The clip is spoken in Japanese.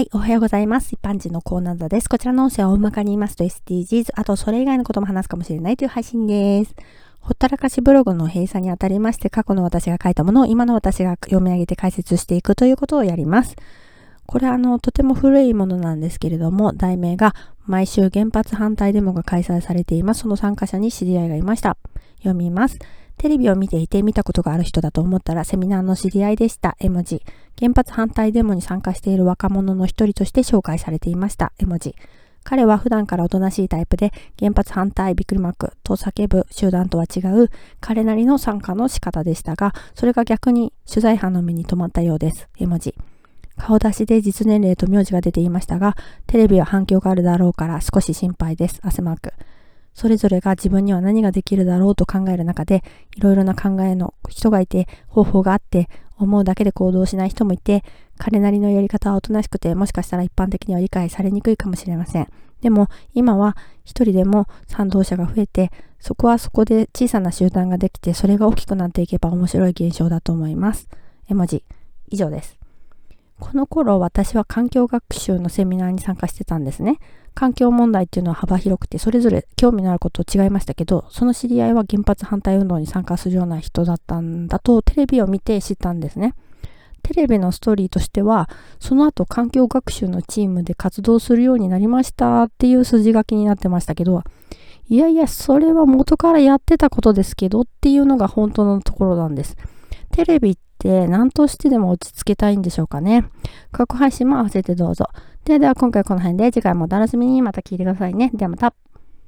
はい、おはようございます。一般人のコーナーです。こちらの音声は大まかに言いますと SDGs、あとそれ以外のことも話すかもしれないという配信です。ほったらかしブログの閉鎖にあたりまして、過去の私が書いたものを今の私が読み上げて解説していくということをやります。これはとても古いものなんですけれども、題名が毎週原発反対デモが開催されています。その参加者に知り合いがいました。読みます。テレビを見ていて見たことがある人だと思ったらセミナーの知り合いでした。絵文字。原発反対デモに参加している若者の一人として紹介されていました。絵文字。彼は普段からおとなしいタイプで原発反対びっくりマークと叫ぶ集団とは違う彼なりの参加の仕方でしたが、それが逆に取材班の目に留まったようです。絵文字。顔出しで実年齢と名字が出ていましたが、テレビは反響があるだろうから少し心配です。汗マーク。それぞれが自分には何ができるだろうと考える中で、いろいろな考えの人がいて、方法があって、思うだけで行動しない人もいて、彼なりのやり方はおとなしくて、もしかしたら一般的には理解されにくいかもしれません。でも、今は一人でも賛同者が増えて、そこはそこで小さな集団ができて、それが大きくなっていけば面白い現象だと思います。絵文字。以上です。この頃私は環境学習のセミナーに参加してたんですね。環境問題っていうのは幅広くてそれぞれ興味のあること違いましたけど、その知り合いは原発反対運動に参加するような人だったんだとテレビを見て知ったんですね。テレビのストーリーとしては、その後環境学習のチームで活動するようになりましたっていう筋書きになってましたけど、いやいやそれは元からやってたことですけどっていうのが本当のところなんです。テレビって何としてでも落ち着けたいんでしょうかね。過去配信も合わせてどうぞ。では今回この辺で、次回もお楽しみに。また聞いてくださいね。ではまた。